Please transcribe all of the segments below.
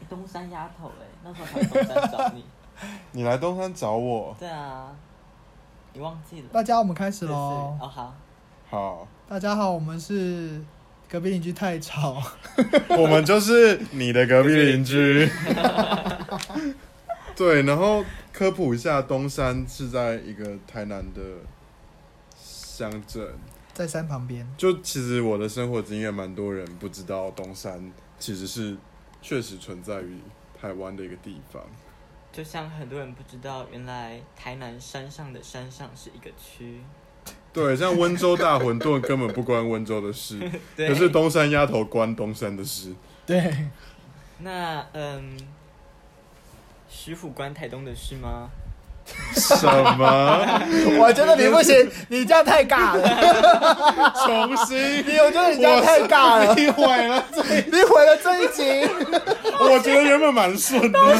东山丫头那时候还来东山找你。 你来东山找我？ 对啊，你忘记了？ 大家我们开始喽。 哦，好。 好， 大家好，我们是隔壁邻居太吵。 我们就是你的隔壁邻居。对，然后科普一下，东山是在一个台南的乡镇， 在山旁边。 就其实我的生活经验，蛮多人不知道东山其实是确实存在于台湾的一个地方。 就像很多人不知道，原来台南山上的山上是一个区。 对，像温州大馄饨根本不关温州的事，可是东山鸭头关东山的事。 对。 那石虎关台东的事吗？ 什么？ 我觉得你不行，你这样太尬了。 重新， 我觉得你这样太尬了。 你毁了这一集。 我觉得原本蛮顺的。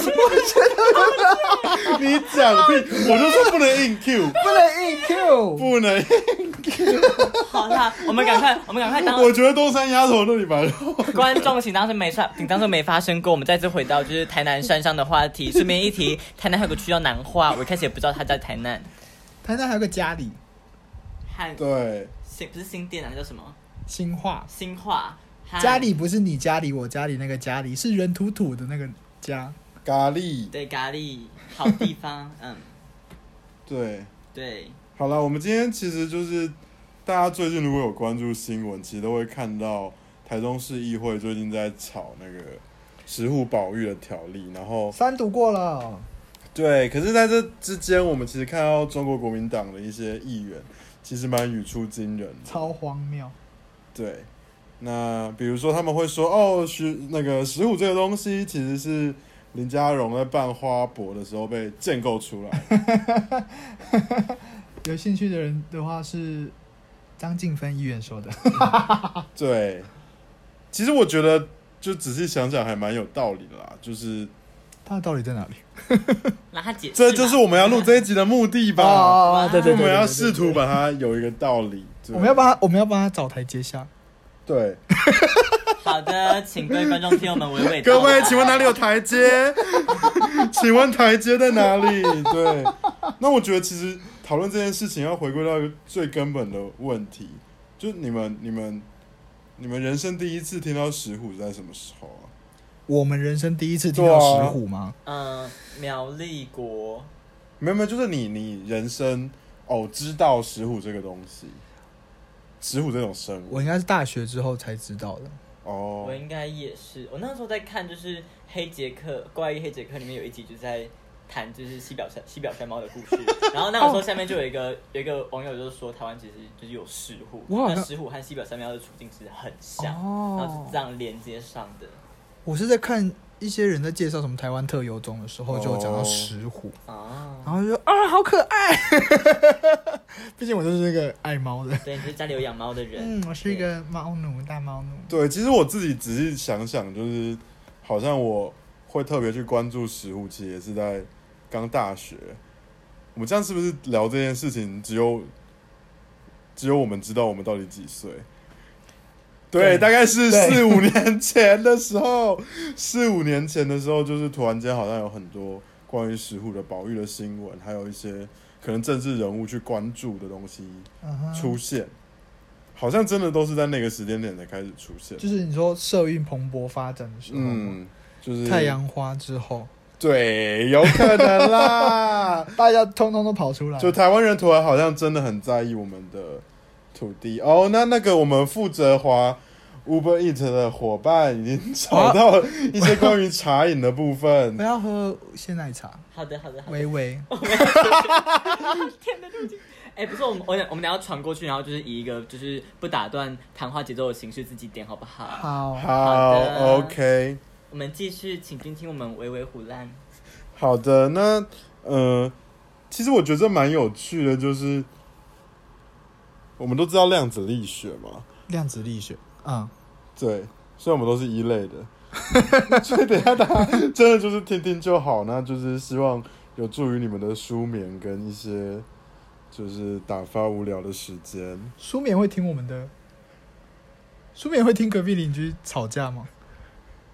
你讲屁！我就说不能硬 Q， 不能硬 Q。 好啦，我们赶快当。 我觉得东山鸭头那里吧。 观众请当成没发生过。我们再次回到就是台南山上的话题。顺便一提，台南还有个区叫南化，我一开始也不知道它在台南。 台南还有个嘉里。 对。 不是新店啊，那叫什么？ 新化。 嘉里不是你家里我家里那个嘉里，是人土土的那个家。 咖喱。 对，咖喱好地方。 对。 好了，我们今天其实就是大家最近如果有关注新闻，其实都会看到台中市议会最近在吵那个石虎保育的条例，然后 3读过了。 对，可是在这之间，我们其实看到中国国民党的一些议员，其实蛮语出惊人的， 超荒谬。 对，那比如说他们会说，那个石虎这个东西其实是林佳荣在办花博的时候被建构出来。 有兴趣的人的话是张静芬议员说的。 对，其实我觉得就仔细想想还蛮有道理的啦，就是他的道理在哪里？ 让他解释。 这就是我们要录这一集的目的吧？ 对， 我们要试图把它有一个道理。 我们要帮他找台阶下。 对。 好的，请各位观众听我们娓娓道来。 各位，请问哪里有台阶？请问台阶在哪里？对。那我觉得其实讨论这件事情要回归到一个最根本的问题，就你们人生第一次听到石虎在什么时候啊？ 我们人生第一次听到石虎吗？ 苗栗国。 没有，就是你人生知道石虎这个东西，石虎这种生物， 我应该是大学之后才知道的。 我应该也是。我那时候在看就是黑杰克怪异黑杰克里面有一集就是在谈就是西表山猫的故事，然后那个时候下面就有一个网友就是说台湾其实就是有石虎，那石虎和西表山猫的处境其实很像，然后是这样连接上的。 我是在看一些人在介绍什么台湾特有种的时候，就有讲到石虎，然后就说好可爱。毕竟我就是那个爱猫的。 对，你是家里有养猫的人。 我是一个猫奴，大猫奴。 对，其实我自己仔细想想，就是好像我会特别去关注石虎，其实也是在刚大学。我们这样是不是聊这件事情只有我们知道我们到底几岁？对，大概是4-5年前的时候，4-5年前的时候，就是突然间好像有很多关于石虎的保育的新闻，还有一些可能政治人物去关注的东西出现，好像真的都是在那个时间点才开始出现。 就是你说社运蓬勃发展的时候， 就是太阳花之后。 对，有可能啦。 大家通通都跑出来， 就台湾人突然好像真的很在意我们的土地那个我们负责滑 Uber Eats 的伙伴已经找到一些关于茶饮的部分。 我要喝鲜奶茶。 好的。 微微。 天哪，不是我们等一下要传过去，然后就是以一个就是不打断谈话节奏的形式自己点，好不好？ 好 ，OK。 我们继续，请听听我们微微胡乱。 好的，那其实我觉得这蛮有趣的，就是我们都知道量子力学嘛。 量子力学， 对，虽然我们都是一类的，所以等一下大家真的就是听听就好，那就是希望有助于你们的舒眠跟一些就是打发无聊的时间。 舒眠会听我们的？舒眠会听隔壁邻居吵架吗？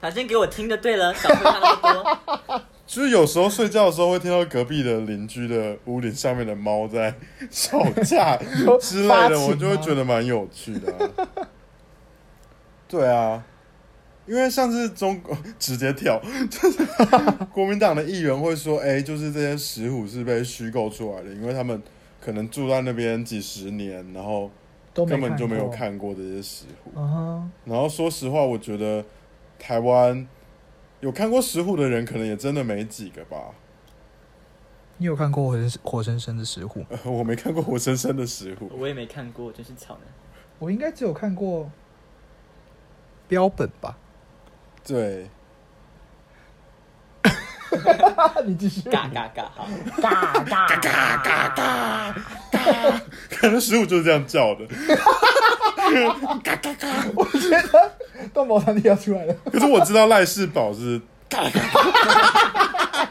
反正给我听就对了，少会他那么多。 就是有时候睡觉的时候会听到隔壁的邻居的屋顶上面的猫在吵架之类的，我就会觉得蛮有趣的、啊。对啊，因为像是直接跳，就是国民党的议员会说，就是这些石虎是被虚构出来的，因为他们可能住在那边几十年，然后根本就没有看过这些石虎。然后说实话，我觉得台湾有看过石虎的人，可能也真的没几个吧。 你有看过活生生的石虎？ 我没看过活生生的石虎， 我也没看过，真是巧呢。 我应该只有看过标本吧。 对。 你继续。 嘎嘎嘎，好。 嘎嘎嘎嘎嘎嘎嘎，可能石虎就是这样叫的。嘎嘎嘎， 我觉得动保团体要出来了。 可是我知道赖世宝是嘎嘎嘎。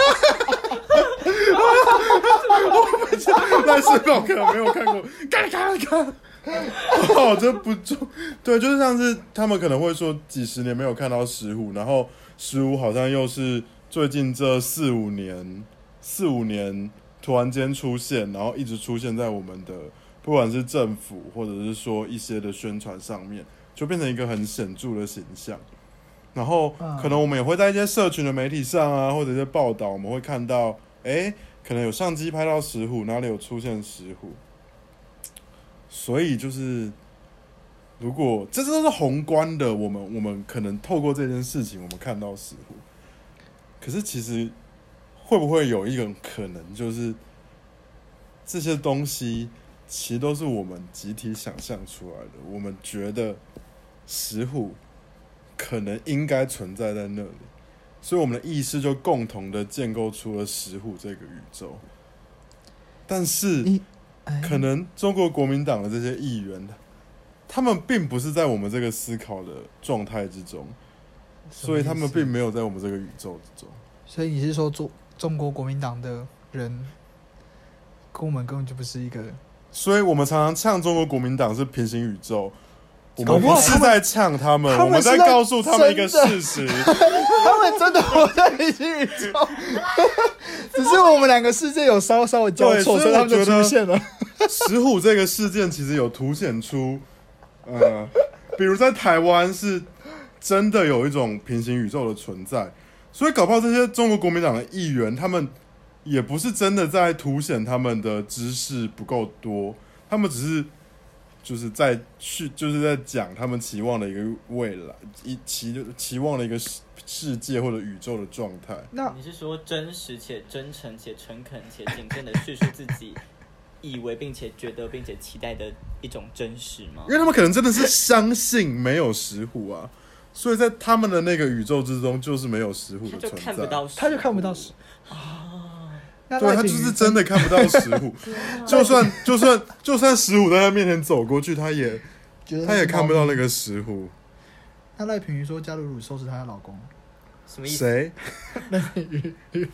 赖世宝可能没有看过嘎嘎嘎。哦，这不重，对，就是像是他们可能会说几十年没有看到石虎，然后石虎好像又是最近这四五年突然间出现，然后一直出现在我们的不管是政府或者是说一些的宣传上面，就变成一个很显著的形象。然后可能我们也会在一些社群的媒体上啊，或者是报道，我们会看到，可能有相机拍到石虎，哪里有出现石虎。所以就是，如果这都是宏观的，我们可能透过这件事情，我们看到石虎。可是其实会不会有一种可能，就是这些东西其实都是我们集体想象出来的？我们觉得石虎可能应该存在在那里，所以我们的意识就共同的建构出了石虎这个宇宙。但是可能中国国民党的这些议员，他们并不是在我们这个思考的状态之中，所以他们并没有在我们这个宇宙之中。 所以你是说中国国民党的人跟我们根本就不是一个？ 所以我们常常呛中国国民党是平行宇宙，我们不是在呛他们，我们在告诉他们一个事实， 他们真的活在平行宇宙，只是我们两个世界有稍微交错，所以他们就出现了。 石虎这个事件其实有凸显出，比如在台湾是真的有一种平行宇宙的存在，所以搞不好这些中国国民党的议员，他们也不是真的在凸显他们的知识不够多，他们只是就是在讲他们期望的一个未来，期望的一个世界或者宇宙的状态。 那你是说真实且真诚且诚恳且谨慎的叙述自己以为并且觉得并且期待的一种真实吗？ 因为他们可能真的是相信没有石虎啊，所以在他们的那个宇宙之中就是没有石虎的存在，他就看不到石啊。 对，他就是真的看不到石虎，就算石虎在他面前走过去，他也看不到那个石虎。 那赖品妤说加鲁鲁兽是她的老公， 什么意思？ 谁？ 赖品妤。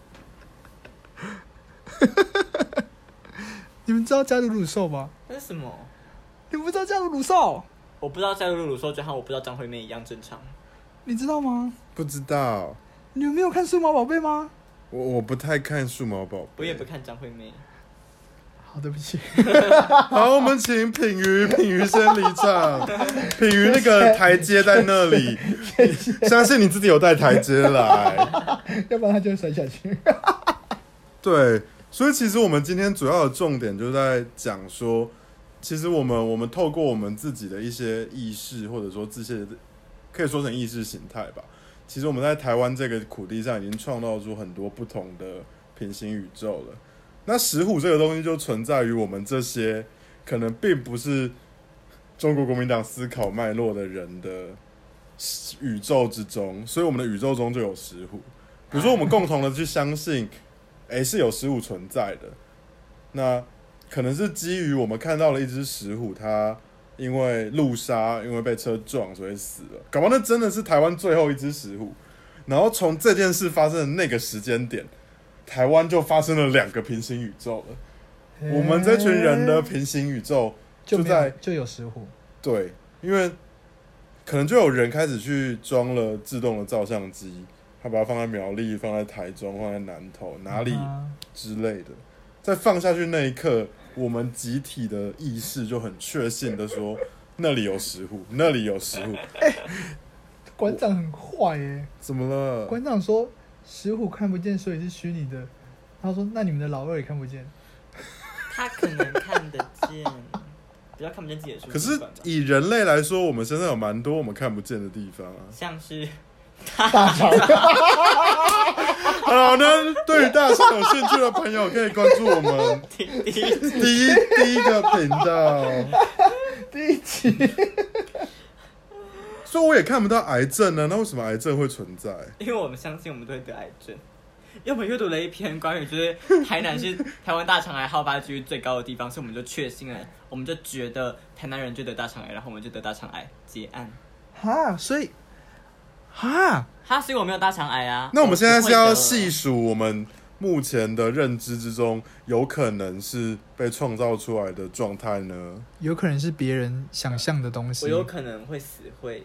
你们知道加鲁鲁兽吗？ 那是什么？ 你不知道加鲁鲁兽？ 我不知道加鲁鲁兽，就和我不知道张惠妹一样正常。 你知道吗？ 不知道。 你们没有看数码宝贝吗？ 我不太看数码宝贝， 我也不看张惠妹。 好，对不起。 好，我们请品妤先离场。品妤那个台阶在那里，相信你自己有带台阶来， 要不然他就会摔下去。 对，所以其实我们今天主要的重点就在讲说，其实我们透过我们自己的一些意识，或者说这些可以说成意识形态吧。其实我们在台湾这个土地上已经创造出很多不同的平行宇宙了。那石虎这个东西就存在于我们这些可能并不是中国国民党思考脉络的人的宇宙之中，所以我们的宇宙中就有石虎。比如说我们共同的去相信是有石虎存在的，那可能是基于我们看到了一只石虎，它因为路杀，因为被车撞所以死了，搞不好那真的是台湾最后一只石虎。然后从这件事发生的那个时间点，台湾就发生了2个平行宇宙了。我们这群人的平行宇宙就有石虎。对，因为可能就有人开始去装了自动的照相机，他把它放在苗栗、放在台中、放在南投哪里之类的。在放下去那一刻，我们集体的意识就很确信的说，那里有石虎，那里有石虎。 馆长很坏耶！ 怎么了？ 馆长说石虎看不见，所以是虚拟的。他说那你们的老二也看不见。 他可能看得见，比较看不见自己的书。 可是以人类来说，我们身上有蛮多我们看不见的地方啊， 像是大肠。 好，那对于大肠有兴趣的朋友，可以关注我们第一个频道第一集。 所以我也看不到癌症呢，那为什么癌症会存在？ 因为我们相信我们都会得癌症。因为我们阅读了一篇关于就是台南是台湾大肠癌好发几率最高的地方，所以我们就确信了，我们就觉得台南人就得大肠癌，然后我们就得大肠癌，结案。 哈，所以所以我没有大肠癌啊。 那我们现在是要细数我们目前的认知之中，有可能是被创造出来的状态呢？ 有可能是别人想象的东西。 我有可能会死会，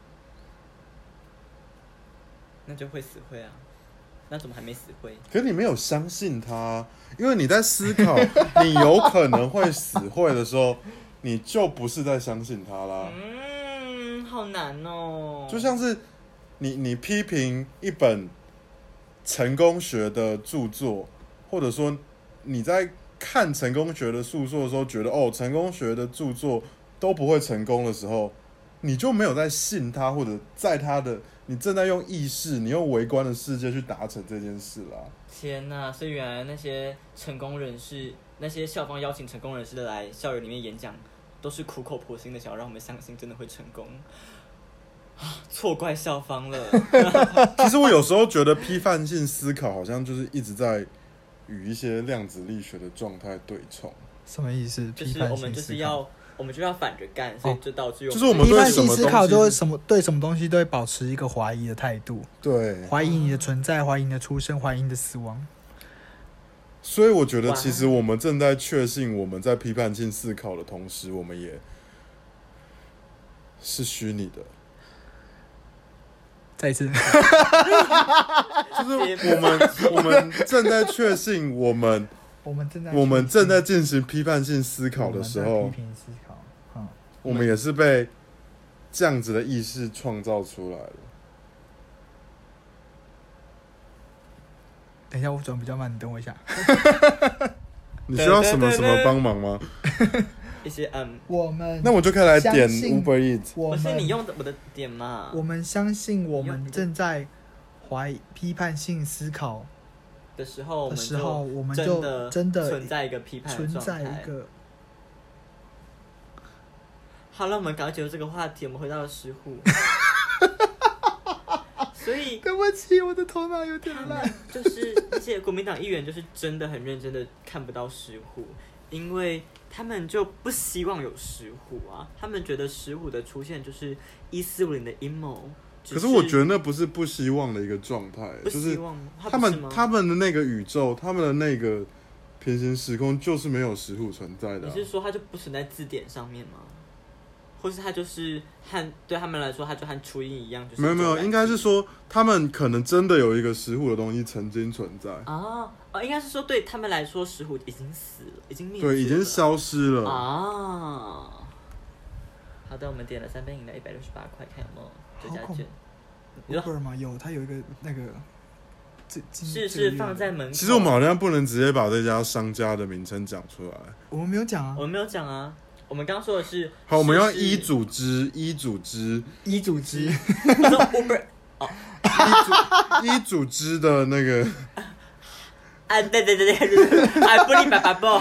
那就会死会啊。那怎么还没死会？ 可是你没有相信他，因为你在思考你有可能会死会的时候，你就不是在相信他啦。 好难哦。 就像是你批评一本成功学的著作，或者说你在看成功学的著作的时候，觉得成功学的著作都不会成功的时候，你就没有在信他，或者在他的你正在用意识，你用微观的世界去达成这件事啦。 天哪！所以原来那些成功人士，那些校方邀请成功人士来校园里面演讲，都是苦口婆心的想要让我们相信真的会成功。错怪校方了。 其实我有时候觉得批判性思考好像就是一直在与一些量子力学的状态对冲。 什么意思？ 就是我们就要反着干，所以就导致就是我们批判性思考就会对什么东西都会保持一个怀疑的态度。 对， 怀疑你的存在，怀疑你的出生，怀疑你的死亡。 所以我觉得，其实我们正在确信我们在批判性思考的同时，我们也是虚拟的。 再一次， 就是我们正在确信我们正在进行批判性思考的时候，我们也是被这样子的意识创造出来的。 等一下，我转比较慢，你等我一下。 你需要什么帮忙吗？ 一些那我就可以来点 Uber Eats。 不是你用我的点嘛？ 我们相信我们正在批判性思考的时候， 我们就真的存在一个批判的状态。好了，我们赶快结束这个话题，我们回到了石虎。所以对不起，我的头脑有点烂。 就是那些国民党议员，就是真的很认真的看不到石虎，因为他们就不希望有石虎啊，他们觉得石虎的出现就是1450的阴谋。 可是我觉得那不是不希望的一个状态，就是他们的那个宇宙，他们的那个平行时空就是没有石虎存在的。 你是说它就不存在字典上面吗？或是它就是对他们来说，它就和初音一样，就是没有，应该是说他们可能真的有一个石虎的东西曾经存在应该是说对他们来说，石虎已经死了，已经灭绝了， 对，已经消失了好的，我们点了3杯饮料，168块，看有没有折价券。 Uber 吗？有，它有一个那个是放在门口。 其实我们好像不能直接把这家商家的名称讲出来。 我们没有讲啊。 我们刚刚说的是好，我们要依组织。 你说 Uber 依组织的那个对，不理爸爸不。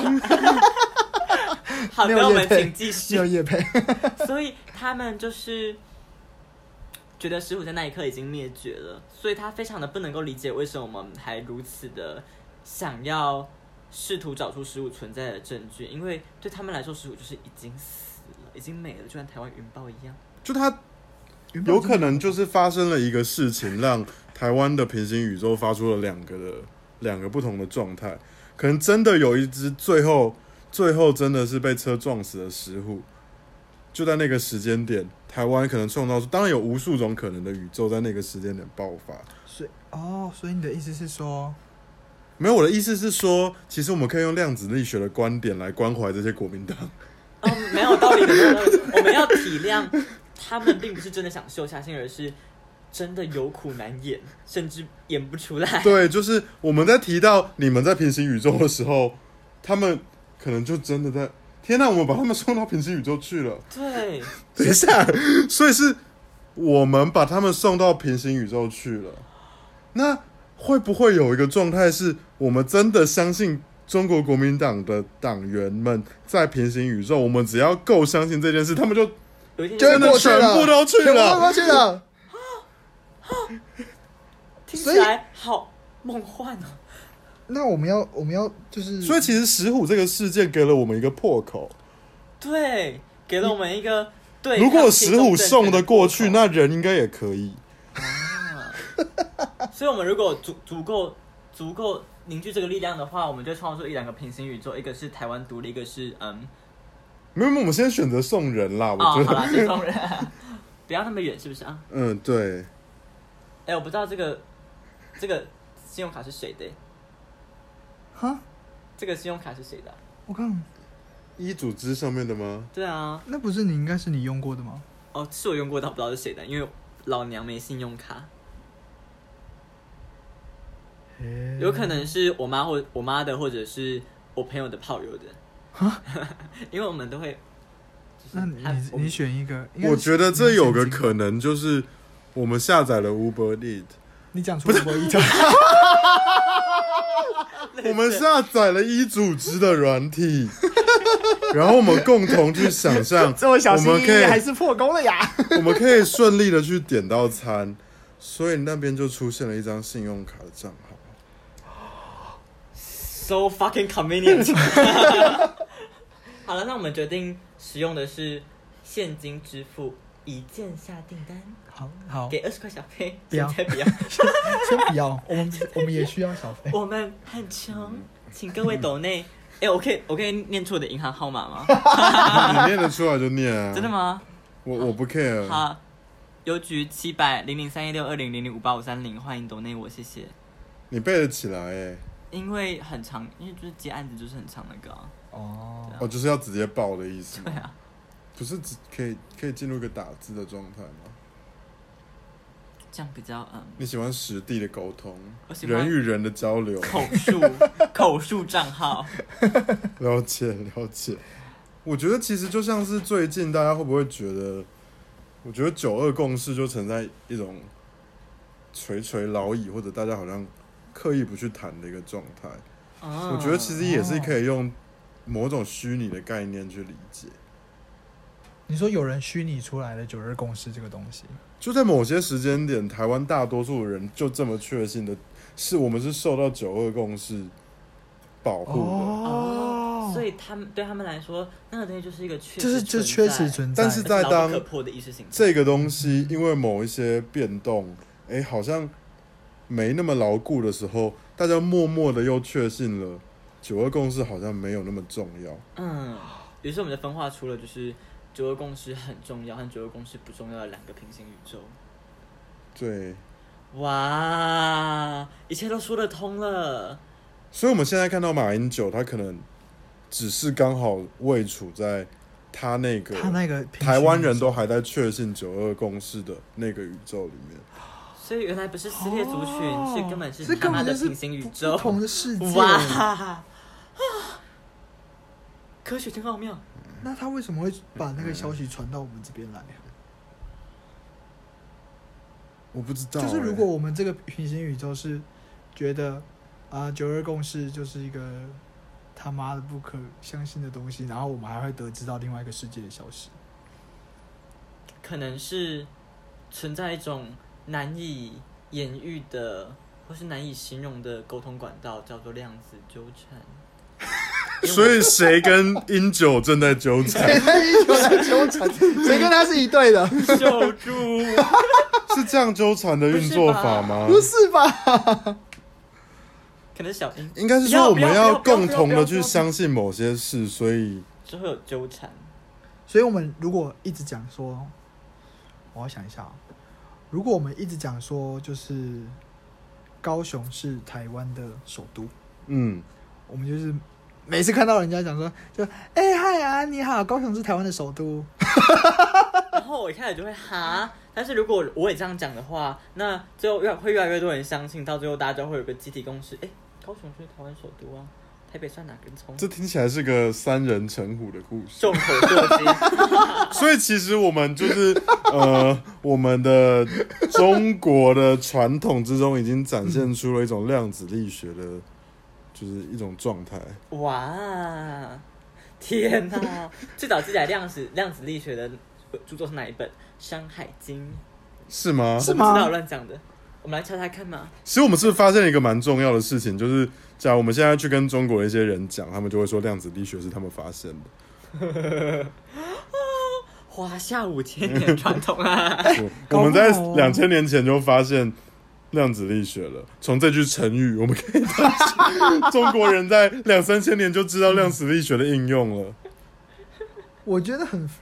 好的，我们请继续。 没有业配。 所以他们就是觉得石虎在那一刻已经灭绝了，所以他非常的不能够理解为什么我们还如此的想要试图找出石虎存在的证据，因为对他们来说，石虎就是已经死了，已经没了，就像台湾云豹一样。 就他有可能就是发生了一个事情，让台湾的平行宇宙发出了两个不同的状态。可能真的有一只最后真的是被车撞死的石虎， 就在那个时间点，台湾可能创造出，当然有无数种可能的宇宙在那个时间点爆发。 所以你的意思是说， 没有，我的意思是说，其实我们可以用量子力学的观点来关怀这些国民党。 没有道理的，我们要体谅他们并不是真的想秀下限，而是真的有苦难言，甚至演不出来。 对，就是我们在提到你们在平行宇宙的时候，他们可能就真的在。天哪，我们把他们送到平行宇宙去了。 对， 等一下，所以是我们把他们送到平行宇宙去了。那会不会有一个状态是，我们真的相信中国国民党的党员们在平行宇宙？我们只要够相信这件事，他们就真的全部都去了， 全部都过去了。 听起来好梦幻哦。 那我们要就是， 所以其实石虎这个事件给了我们一个破口， 对，给了我们一个对。 如果石虎送得过去，那人应该也可以。 所以我们如果足够凝聚这个力量的话，我们就创造出一两个平行宇宙，一个是台湾独立，一个是没有，我们先选择送人啦。我觉得好啦，先送人，不要那么远，是不是啊？ 对。 我不知道这个信用卡是谁的。 哈， 这个信用卡是谁的？ 我看一组织上面的吗？ 对啊， 那不是应该是你用过的吗？ 是我用过，但不知道是谁的，因为老娘没信用卡。有可能是我妈的，或者是我朋友的炮友的。因为我们都会。 那你选一个。 我觉得这有个可能就是我们下载了 Uber Eats。 你讲出 Uber Eats。 我们下载了一组织的软体，然后我们共同去想象， 这么小心翼翼还是破功了呀。 我们可以顺利的去点到餐，所以那边就出现了一张信用卡的账号。 So fucking convenient。好了，那我们决定使用的是现金支付，一键下订单。 好， 给20块小费。 不要， 先不要， 先不要。我们也需要小费。 我们很穷，请各位抖内。我可以念出我的银行号码吗？ 你念得出来就念啊。 真的吗？ 我不 care。 好，邮局700-00316-200058-530，欢迎抖内我，谢谢。 你背得起来因为很长，因为就是接案子就是很长那个。 就是要直接报的意思。 对啊。 不是可以进入一个打字的状态吗？ 这样比较你喜欢实地的沟通， 人与人的交流， 口述账号。 了解。我觉得其实就像是最近大家会不会觉得，我觉得9·2共识就存在一种垂垂老矣，或者大家好像刻意不去谈的一个状态。我觉得其实也是可以用某种虚拟的概念去理解。 你说有人虚拟出来的9·2共识这个东西， 就在某些时间点，台湾大多数人就这么确信的是，我们是受到9·2共识保护的。 所以对他们来说，那个东西就是一个确实存在。 但是在当可破的意识形态这个东西因为某一些变动，好像没那么牢固的时候，大家默默的又确信了9·2共识好像没有那么重要。 于是我们就分化出了就是9·2共识很重要和9·2共识不重要的两个平行宇宙。 对， 哇，一切都说得通了。 所以我们现在看到马英九，他可能只是刚好位处在他那个台湾人都还在确信9·2共识的那个宇宙里面。 所以原来不是撕裂族群，是根本是他妈的平行宇宙， 不同的世界。 哇，科学真奥妙。 那他为什么会把那个消息传到我们这边来？ 我不知道。 就是如果我们这个平行宇宙是觉得9·2共识就是一个他妈的不可相信的东西，然后我们还会得知到另外一个世界的消息， 可能是存在一种难以言喻的或是难以形容的沟通管道，叫做量子纠缠。 所以谁跟英九正在纠缠？ 谁跟英九在纠缠？谁跟他是一对的？ 小猪是这样纠缠的运作法吗？ 不是吧？ 可能是小英。 应该是说我们要共同的去相信某些事，所以就会有纠缠。 所以我们如果一直讲说，我要想一下如果我们一直讲说，就是高雄是台湾的首都，我们就是每次看到人家讲说，就嗨啊，你好，高雄是台湾的首都， 然后我一开始就会哈，但是如果我也这样讲的话，那最后会越来越多人相信，到最后大家就会有个集体共识，高雄就是台湾首都啊。台北算哪根葱？ 这听起来是个3人成虎的故事， 众口铄金。 所以其实我们就是我们的中国的传统之中，已经展现出了一种量子力学的，就是一种状态。 哇，天哪！最早记载量子力学的著作是哪一本？《山海经》 是吗？ 是吗？我不知道，乱讲的。我们来猜猜看嘛。 其实我们是不是发现了一个蛮重要的事情，就是假如我们现在去跟中国的一些人讲，他们就会说量子力学是他们发现的。 华夏5000年传统啊！ 我们在2000年前就发现量子力学了。从这句成语，我们可以发现中国人在2-3千年就知道量子力学的应用了。 我觉得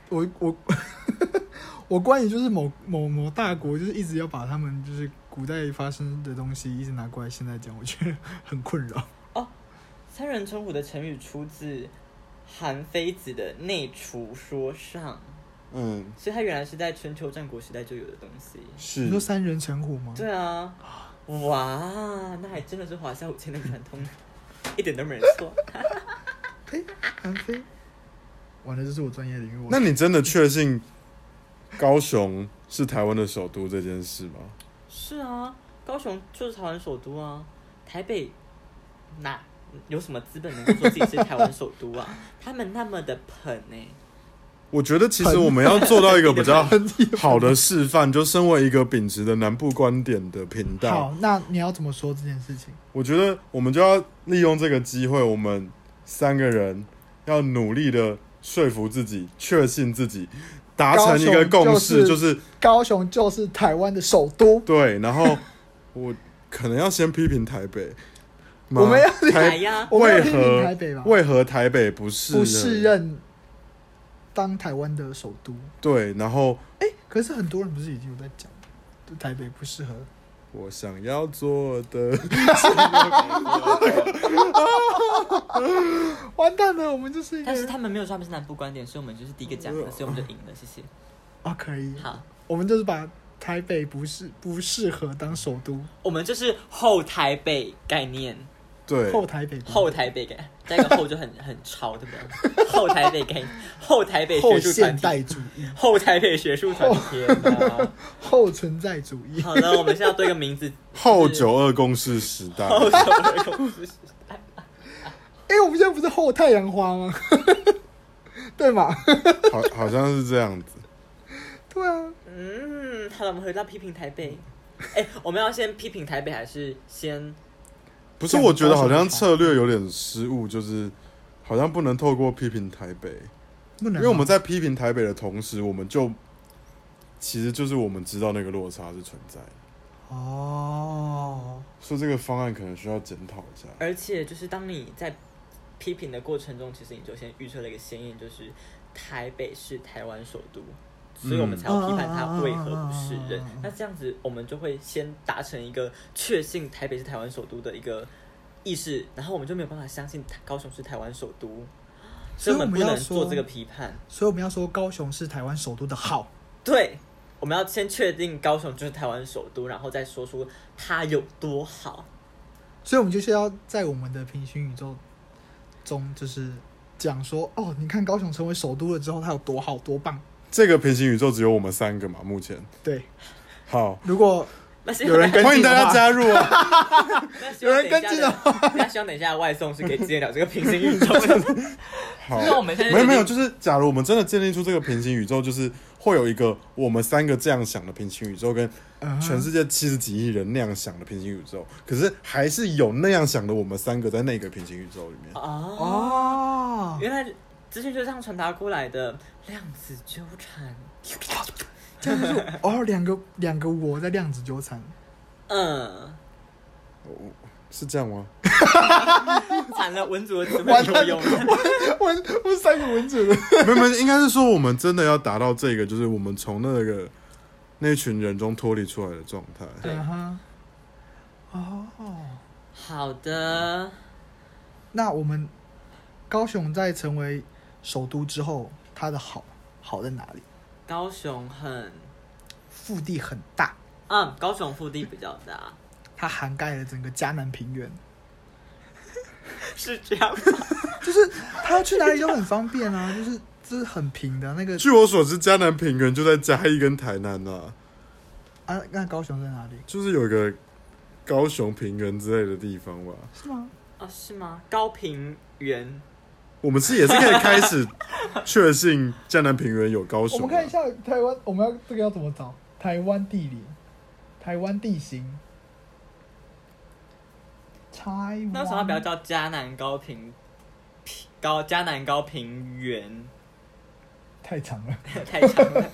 我关于就是某大国，就是一直要把他们就是古代发生的东西一直拿过来现在讲，我觉得很困扰。 3人成虎的成语出自韩非子的《内储说上》。所以它原来是在春秋战国时代就有的东西。 是你说3人成虎吗？ 对啊，哇，那还真的是华夏5000年传统，一点都没人错。 韩非，完了，这是我专业领域。 那你真的确信高雄是台湾的首都这件事吗？ 是啊，高雄就是台湾首都啊。台北哪有什么资本能够说自己是台湾首都啊？他们那么的捧我觉得其实我们要做到一个比较好的示范，就身为一个秉持的南部观点的频道。 好，那你要怎么说这件事情？ 我觉得我们就要利用这个机会，我们3个人要努力的说服自己，确信自己，达成一个共识，就是高雄就是台湾的首都。 对，然后我可能要先批评台北。 我们要为何台北不适任当台湾的首都？ 对，然后可是很多人不是已经有在讲，台北不适合。 我想要做的， 完蛋了，我们就是一个。 但是他们没有说他们是南部观点，所以我们就是第一个讲的，所以我们就赢了，谢谢。 可以。 好， 我们就是把台北不适合当首都， 我们就是后台北概念。 对， 后台北概念，加一个后就很潮，对不对？后台北概念，后台北学术团体， 后现代主义， 后台北学术团体， 后存在主义。 好的，我们现在要对一个名字， 后92共识时代， 后92共识时代。 我们现在不是后太阳花吗？对吗？ 好像是这样子。 对啊。 好了，我们回到批评台北。我们要先批评台北，还是先？ 不是，我觉得好像策略有点失误，就是好像不能透过批评台北，因为我们在批评台北的同时，我们就其实就是我们知道那个落差是存在的。所以这个方案可能需要检讨一下。 而且就是当你在批评的过程中，其实你就先预测了一个先因，就是台北是台湾首都。所以我们才要批判他为何不适任。那这样子，我们就会先达成一个确信台北是台湾首都的一个意识，然后我们就没有办法相信高雄是台湾首都，所以我们不能做这个批判。 所以我们要说高雄是台湾首都的好。 对，我们要先确定高雄就是台湾首都，然后再说出它有多好。 所以我们就是要在我们的平行宇宙中，就是讲说，你看高雄成为首都了之后，它有多好多棒。 这个平行宇宙只有我们3个嘛，目前。 对， 好， 如果有人跟进的话， 欢迎大家加入啊！ 有人跟进的话， 那希望等一下外送是可以建立了这个平行宇宙。 好，那我们现在没有，就是假如我们真的建立出这个平行宇宙，就是会有一个我们3个这样想的平行宇宙，跟全世界70几亿人那样想的平行宇宙，可是还是有那样想的我们3个在那个平行宇宙里面。 原来资讯就这样传达过来的，量子纠缠。 这样说两个我在量子纠缠。 是这样吗？ 惨了，文组的词汇游泳了。 问3个文组的， 没有，应该是说我们真的要达到这个，就是我们从那群人中脱离出来的状态。 对， 哦， 好的。 那我们高雄在成为首都之后，它的好在哪里？ 高雄腹地很大， 高雄腹地比较大， 它涵盖了整个嘉南平原， 是这样吗？ 就是它要去哪里都很方便啊，就是很平的那个。 据我所知，嘉南平原就在嘉义跟台南啊，那高雄在哪里？ 就是有一个高雄平原之类的地方吧？ 是吗？ 是吗？高平原， 我们也是可以开始确信嘉南平原有高雄。 我们看一下台湾，我们这个要怎么找？台湾地理，台湾地形。 那为什么不要叫嘉南高平原？ 太长了， 太长了。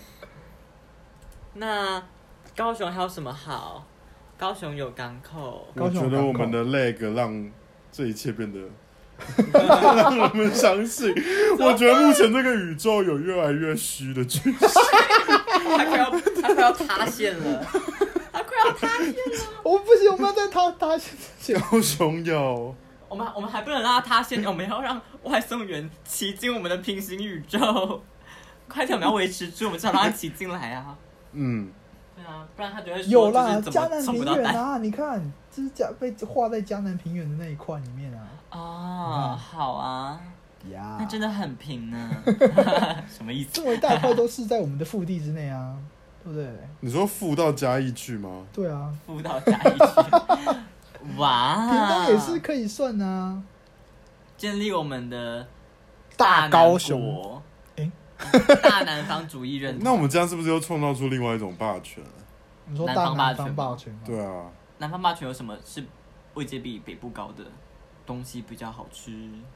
那高雄还有什么好？高雄有港口。 我觉得我们的 leg 让这一切变得让我们相信。我觉得目前这个宇宙有越来越虚的趋势， 它快要塌陷了。 我不行，我们要在塌陷。 高雄有。 我们还不能让它塌陷，我们要让外送员骑进我们的平行宇宙。快点，我们要维持住，我们至少让它骑进来啊。对啊，不然他就会说有啦， 就是嘉南平原啊， 你看，这是被画在嘉南平原的那一块里面啊。 好啊，那真的很平呢。什么意思？ 这么一大块都是在我们的腹地之内啊，对不对？ 你说附到嘉义去吗？ 对啊， 附到嘉义去。哇， 屏东也是可以算啊。 建立我们的大高雄。 大南方主义认同。 那我们这样是不是又创造出另外一种霸权？ 你说大南方霸权吗？ 对啊。 南方霸权有什么是位阶比北部高的东西比较好吃？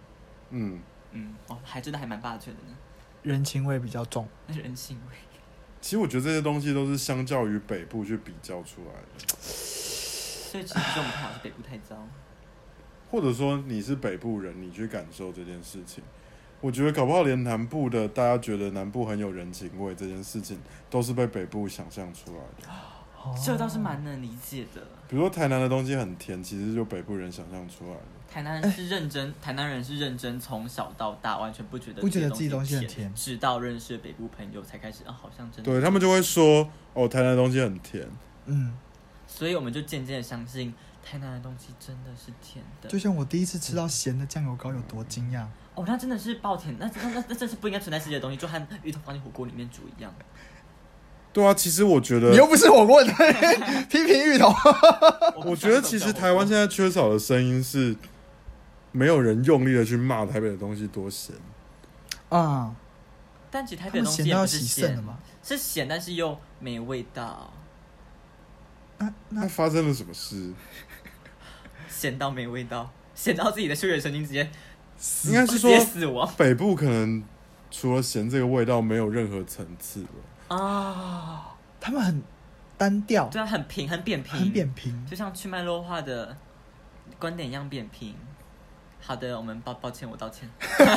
还真的还蛮霸权的呢。 人情味比较重。 人情味。 其实我觉得这些东西都是相较于北部去比较出来的。 所以其实我们好是北部太糟。 或者说你是北部人，你去感受这件事情。我觉得搞不好连南部的大家觉得南部很有人情味这件事情，都是被北部想象出来的。 这倒是蛮能理解的。 比如说台南的东西很甜，其实就北部人想象出来的。 台南人是认真从小到大完全不觉得自己东西很甜， 直到认识北部朋友才开始好像真的。 对，他们就会说台南的东西很甜。 所以我们就渐渐的相信台南的东西真的是甜的。 就像我第一次吃到咸的酱油膏有多惊讶。 那真的是爆甜，那真是不应该存在世界的东西，就和芋头放进火锅里面煮一样。 对啊，其实我觉得你又不是火锅的，批评芋头。 我觉得其实台湾现在缺少的声音是，没有人用力的去骂台北的东西多咸啊。 但其实台北的东西也不是咸的吗？ 是咸，但是又没味道。 那发生了什么事？ 咸到没味道，咸到自己的嗅觉神经直接。 应该是说死亡。 北部可能除了咸这个味道，没有任何层次了。 他们很单调， 对啊，很平，很扁平，就像去脉弱化的观点一样扁平。好的，我们抱歉，我道歉。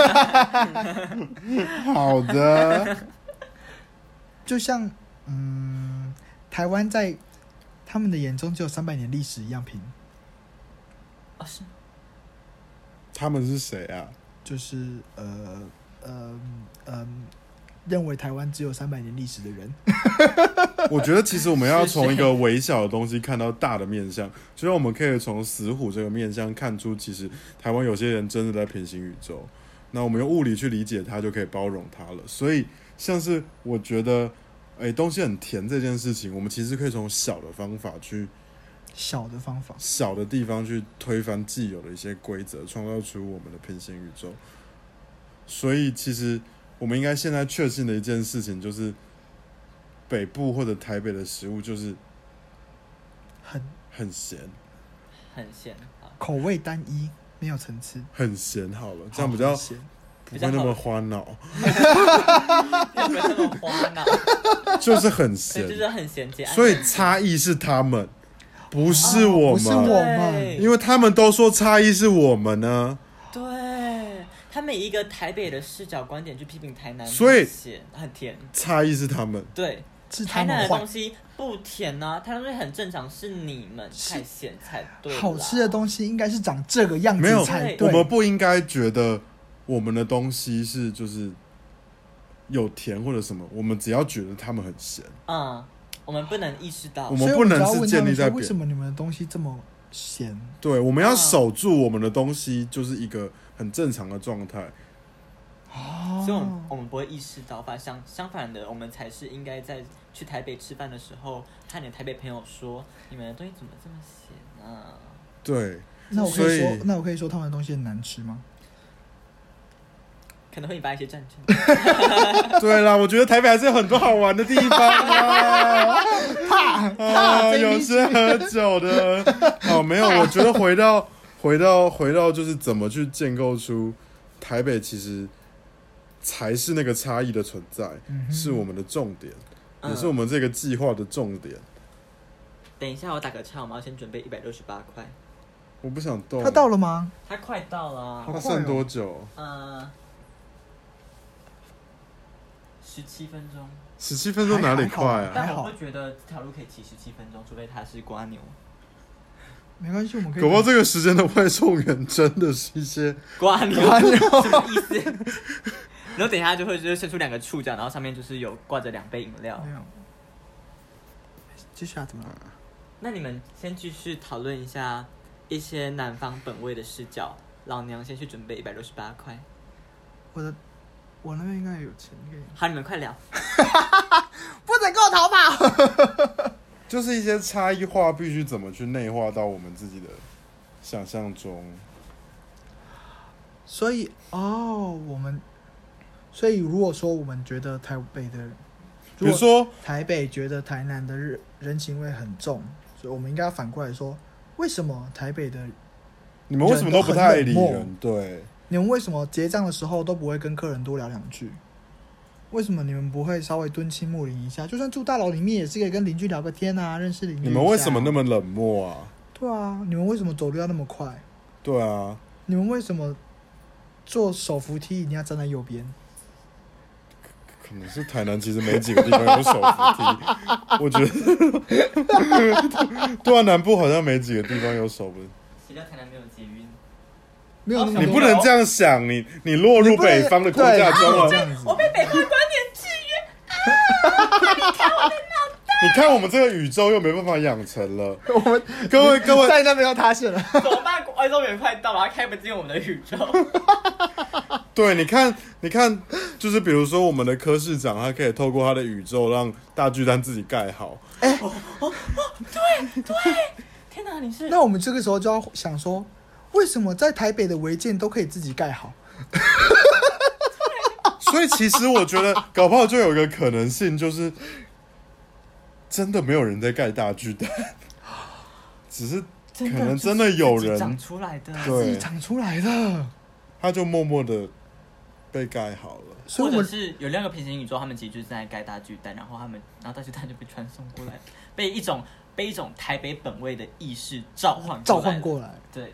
好的。 就像台湾在他们的眼中只有300年历史一样平。 是。 他们是谁啊？ 就是认为台湾只有300年历史的人。 我觉得其实我们要从一个微小的东西看到大的面向，就像我们可以从死虎这个面向看出，其实台湾有些人真的在平行宇宙。那我们用物理去理解它，就可以包容它了。所以像是我觉得，东西很甜这件事情，我们其实可以从小的方法去。小的地方去推翻既有的一些规则，创造出我们的平行宇宙。所以其实我们应该现在确信的一件事情，就是北部或者台北的食物就是很咸， 口味单一，没有层次， 很咸好了，这样比较不会那么花脑。 不会那么花脑， 就是很咸， 就是很咸。 所以差异是他们。 不是我们， 不是我们， 因为他们都说差异是我们呢。 对，他们以一个台北的视角观点去批评台南， 所以很甜。 差异是他们， 对，台南的东西不甜啊，台南东西很正常，是你们太咸才对。 好吃的东西应该是长这个样子才对。 我们不应该觉得我们的东西是就是有甜或者什么，我们只要觉得他们很咸。 我们不能意识到， 我们不能是建立在为什么你们的东西这么咸？ 对，我们要守住我们的东西，就是一个很正常的状态。 所以我们不会意识到，相反的，我们才是应该在去台北吃饭的时候，和你的台北朋友说，你们的东西怎么这么咸啊？ 对， 那我可以说他们的东西很难吃吗？ 可能会引发一些战争。 对啦，我觉得台北还是有很多好玩的地方啊。有些喝酒的，没有，我觉得回到就是怎么去建构出台北其实才是那个差异的存在，是我们的重点，也是我们这个计划的重点。 等一下，我打个岔，我们要先准备168块。 我不想动。 他到了吗？ 他快到了。 他剩多久 ？17分钟。 17分钟哪里快啊？ 但我不觉得这条路可以骑17分钟，除非他是瓜牛。 没关系，我们可以。 搞不好这个时间的外送员真的是一些瓜牛，什么意思？然后等一下就会伸出2个触角，然后上面就是有挂着2杯饮料。 没有。接下来怎么了？ 那你们先继续讨论一下一些南方本位的视角。老娘先去准备168块。 我那边应该有钱给你。 好，你们快聊。 不准给我逃跑！ 就是一些差异化必须怎么去内化到我们自己的想象中。 所以如果说我们觉得台北的， 比如说台北觉得台南的人情味很重，所以我们应该要反过来说，为什么台北的你们为什么都不太理人？对， 你们为什么结账的时候都不会跟客人多聊2句？为什么你们不会稍微敦亲睦邻一下？就算住大楼里面，也是可以跟邻居聊个天啊，认识邻居。 你们为什么那么冷漠啊？ 对啊，你们为什么走路要那么快？ 对啊， 你们为什么坐手扶梯一定要站在右边？ 可能是台南其实没几个地方有手扶梯，我觉得对啊，南部好像没几个地方有手扶梯。 谁叫台南没有捷运？ 没有， 你不能这样想，你落入北方的框架中了。 我被北方观点制约啊！你看我的脑袋。 你看我们这个宇宙又没办法养成了。 我们各位在那边要塌陷了。 怎么办？外送员快到了，他开不进我们的宇宙。 对，你看，就是比如说我们的柯市长，他可以透过他的宇宙让大巨蛋自己盖好。 对，天哪，你是？ 那我们这个时候就要想说，为什么在台北的违建都可以自己盖好？ 所以其实我觉得，搞不好就有一个可能性，就是真的没有人在盖大巨蛋，只是可能真的有人长出来的， 自己长出来的， 他就默默的被盖好了。 或者是有2个平行宇宙，他们其实就是在盖大巨蛋，然后大巨蛋就被传送过来，被一种台北本位的意识召唤过来。对。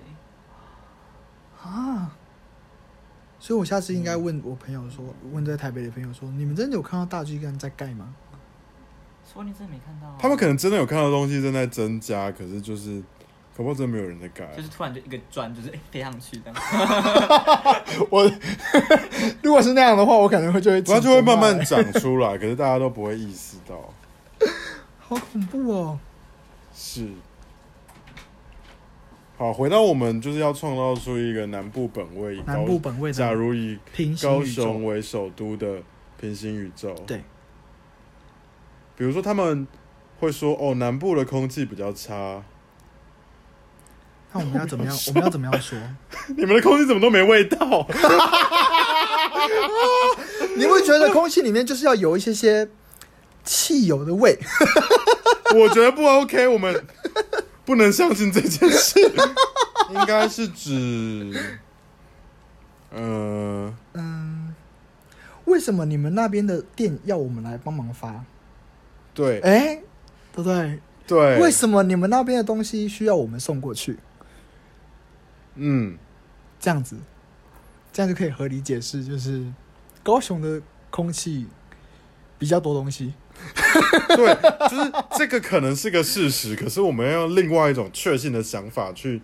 所以我下次应该问我朋友说，问在台北的朋友说，你们真的有看到大巨蛋在盖吗？ 说你真的没看到他们可能真的有看到东西正在增加，可是就是可不可真的没有人在盖， 就是突然就一个砖就是飞上去的。 我如果是那样的话，我可能会它就会慢慢长出来，可是大家都不会意识到。 好恐怖哦！ 是。好，回到我们就是要创造出一个南部本位的，假如以高雄为首都的平行宇宙。 对。 比如说他们会说南部的空气比较差。 那我们要怎么样？我们要怎么样说？ 你们的空气怎么都没味道？ 你会觉得空气里面就是要有一些汽油的味？ 我觉得不 OK， 我们不能相信这件事。应该是指， 为什么你们那边的店要我们来帮忙发？ 对， 对不对？ 对， 为什么你们那边的东西需要我们送过去？这样子就可以合理解释，就是高雄的空气比较多东西。 对，就是这个可能是个事实，可是我们要用另外一种确信的想法去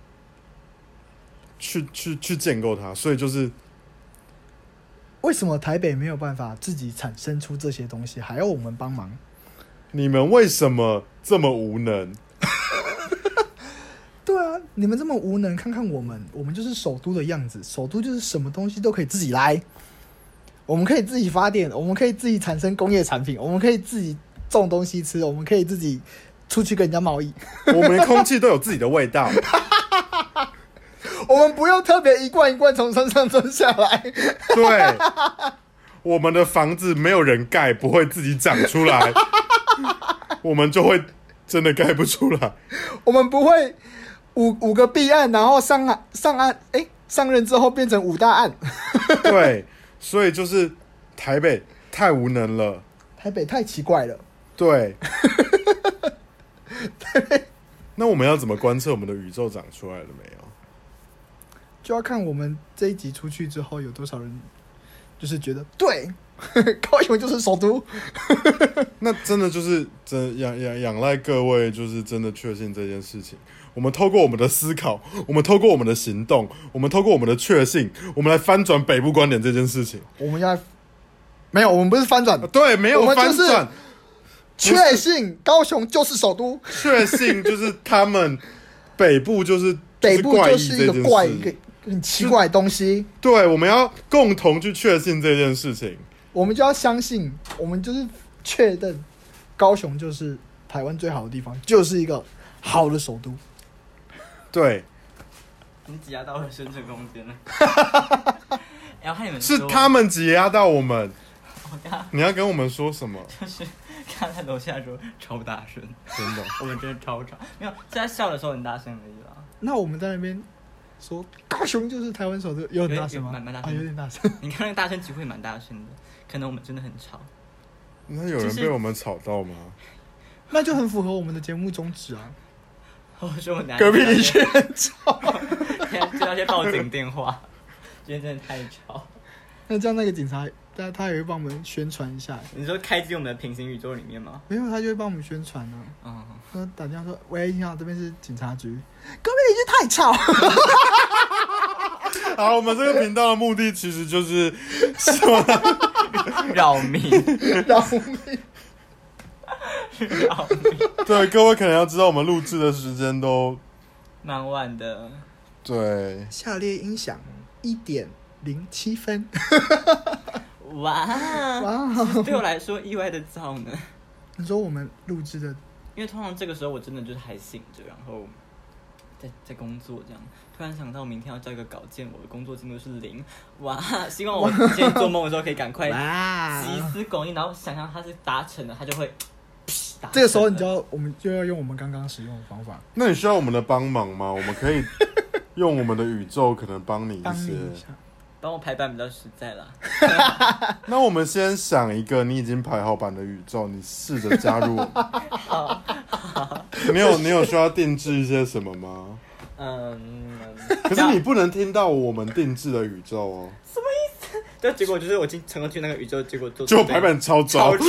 建构它，所以就是为什么台北没有办法自己产生出这些东西，还要我们帮忙？ 你们为什么这么无能？ 对啊，你们这么无能，看看我们就是首都的样子，首都就是什么东西都可以自己来，我们可以自己发电，我们可以自己产生工业产品，我们可以自己种东西吃，我们可以自己出去跟人家贸易， 我们的空气都有自己的味道。 我们不用特别一罐一罐从山上种下来。 对，我们的房子没有人盖，不会自己长出来，我们就会真的盖不出来。 我们不会五个弊案，然后上任之后变成5大案。 对，所以就是台北太无能了， 台北太奇怪了。 对。那我们要怎么观测我们的宇宙长出来了没有？ 就要看我们这一集出去之后有多少人就是觉得对高雄就是首都。 那真的就是仰赖各位，就是真的确信这件事情。我们透过我们的思考，我们透过我们的行动，我们透过我们的确信，我们来翻转北部观点这件事情。 我们要没有，我们不是翻转， 对，没有翻转， 确信高雄就是首都， 确信就是他们北部就是北部就是一个怪一个很奇怪的东西。 对，我们要共同去确信这件事情。 我们就要相信，我们就是确认高雄就是台湾最好的地方，就是一个好的首都。 对， 你挤压到了深圳空间了。然后看你们是他们挤压到我们。 我你要跟我们说什么？ 就是看在楼下说超大声， 真的， 我们真的超吵。没有，是在笑的时候很大声而已啦。 那我们在那边说高雄就是台湾首都，有很大声吗？ 蛮大声， 有点大声。 你看那个大声集会蛮大声的，可能我们真的很吵。 那有人被我们吵到吗？ 那就很符合我们的节目宗旨啊。 我说我隔壁邻居很吵， 接到些报警电话，今天真的太吵。 那这样那个警察，他也会帮我们宣传一下。 你说开进我们的平行宇宙里面吗？ 没有，他就会帮我们宣传啊。他打电话说：“喂，你好，这边是警察局，隔壁邻居太吵。” 好，我们这个频道的目的其实就是说扰民。 对，各位可能要知道，我们录制的时间蛮晚的。 对。 下列音响1:07分。 哇！对我来说意外的早呢。 你说我们录制的， 因为通常这个时候我真的就是还醒着，然后在工作这样。突然想到明天要交一个稿件，我的工作进度是0。哇！希望我今天做梦的时候可以赶快集思广益，然后想象它是达成了，它就会。 这个时候我们就要用我们刚刚使用的方法。 那你需要我们的帮忙吗？我们可以用我们的宇宙可能帮你一些， 帮我排版比较实在啦。 那我们先想一个你已经排好版的宇宙，你试着加入我们。 好。 你有需要定制一些什么吗？可是你不能听到我们定制的宇宙哦。 什么意思？对，结果就是我成功去那个宇宙，结果排版超糟。我们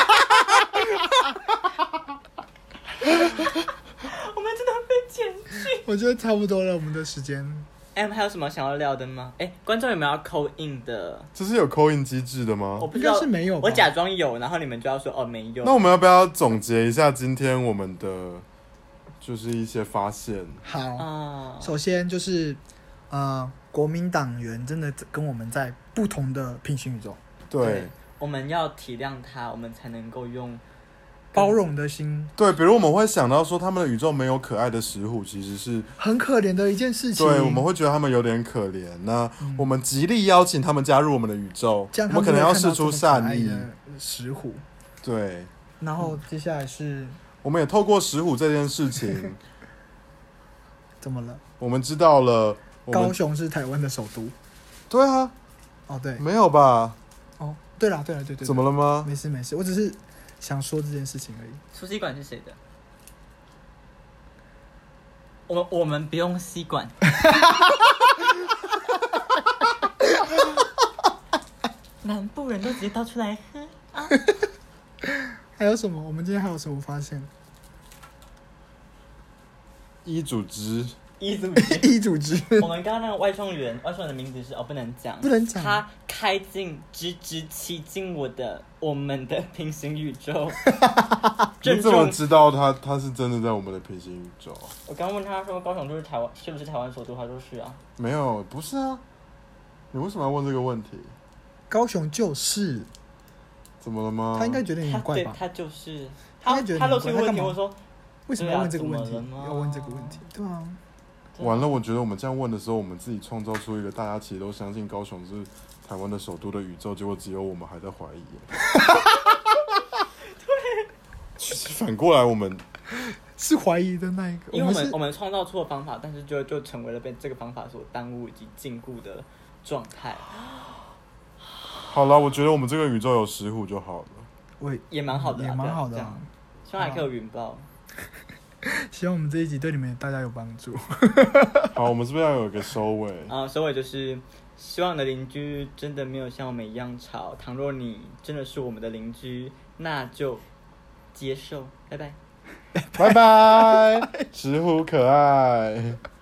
真的会被检举。 我觉得差不多了，我们的时间。 还有什么想要聊的吗？观众有没有要 call in 的？ 这是有 call in 机制的吗？ 我不知道， 应该是没有吧。 我假装有，然后你们就要说没有。 那我们要不要总结一下今天我们的就是一些发现？ 好，首先就是国民党员真的跟我们在不同的平行宇宙。 对， 我们要体谅他，我们才能够用包容的心。 对，比如我们会想到说他们的宇宙没有可爱的石虎，其实是很可怜的一件事情。 对，我们会觉得他们有点可怜。那我们极力邀请他们加入我们的宇宙，我们可能要释出善意。 石虎。 对。 然后接下来是， 我们也透过石虎这件事情， 怎么了？ 我们知道了高雄是台湾的首都。 对啊。 哦，对。 没有吧？ 哦，对啦，对。 怎么了吗？ 没事，我只是想说这件事情而已。 出气管是谁的？ 我们不用吸管。南部人都直接倒出来喝啊！ 还有什么？我们今天还有什么发现？ 医组织， 一组织， 一组织。 我们刚刚那个外送员的名字是不能讲， 不能讲。 他开进直骑进我们的平行宇宙。 你怎么知道他是真的在我们的平行宇宙？ 我刚问他说高雄就是台湾，是不是台湾首都？他说是啊。 没有，不是啊。你为什么要问这个问题？ 高雄就是。怎么了吗？ 他应该觉得你很怪吧？ 他就是。 他露出问题，我说为什么要问这个问题？要问这个问题，对啊。 完了，我觉得我们这样问的时候，我们自己创造出一个大家其实都相信高雄是台湾的首都的宇宙，结果只有我们还在怀疑。对。其实反过来，我们是怀疑的那一个， 因为我们创造出了方法，但是就成为了被这个方法所耽误以及禁锢的状态。 好了，我觉得我们这个宇宙有石虎就好了。 也蛮好的， 也蛮好的。 希望还可以有云豹。 希望我们这一集对你们大家有帮助。 好，我们是不是要有一个收尾？ 收尾就是希望你的邻居真的没有像我们一样吵。倘若你真的是我们的邻居，那就接受。拜拜， 拜拜，石虎可爱。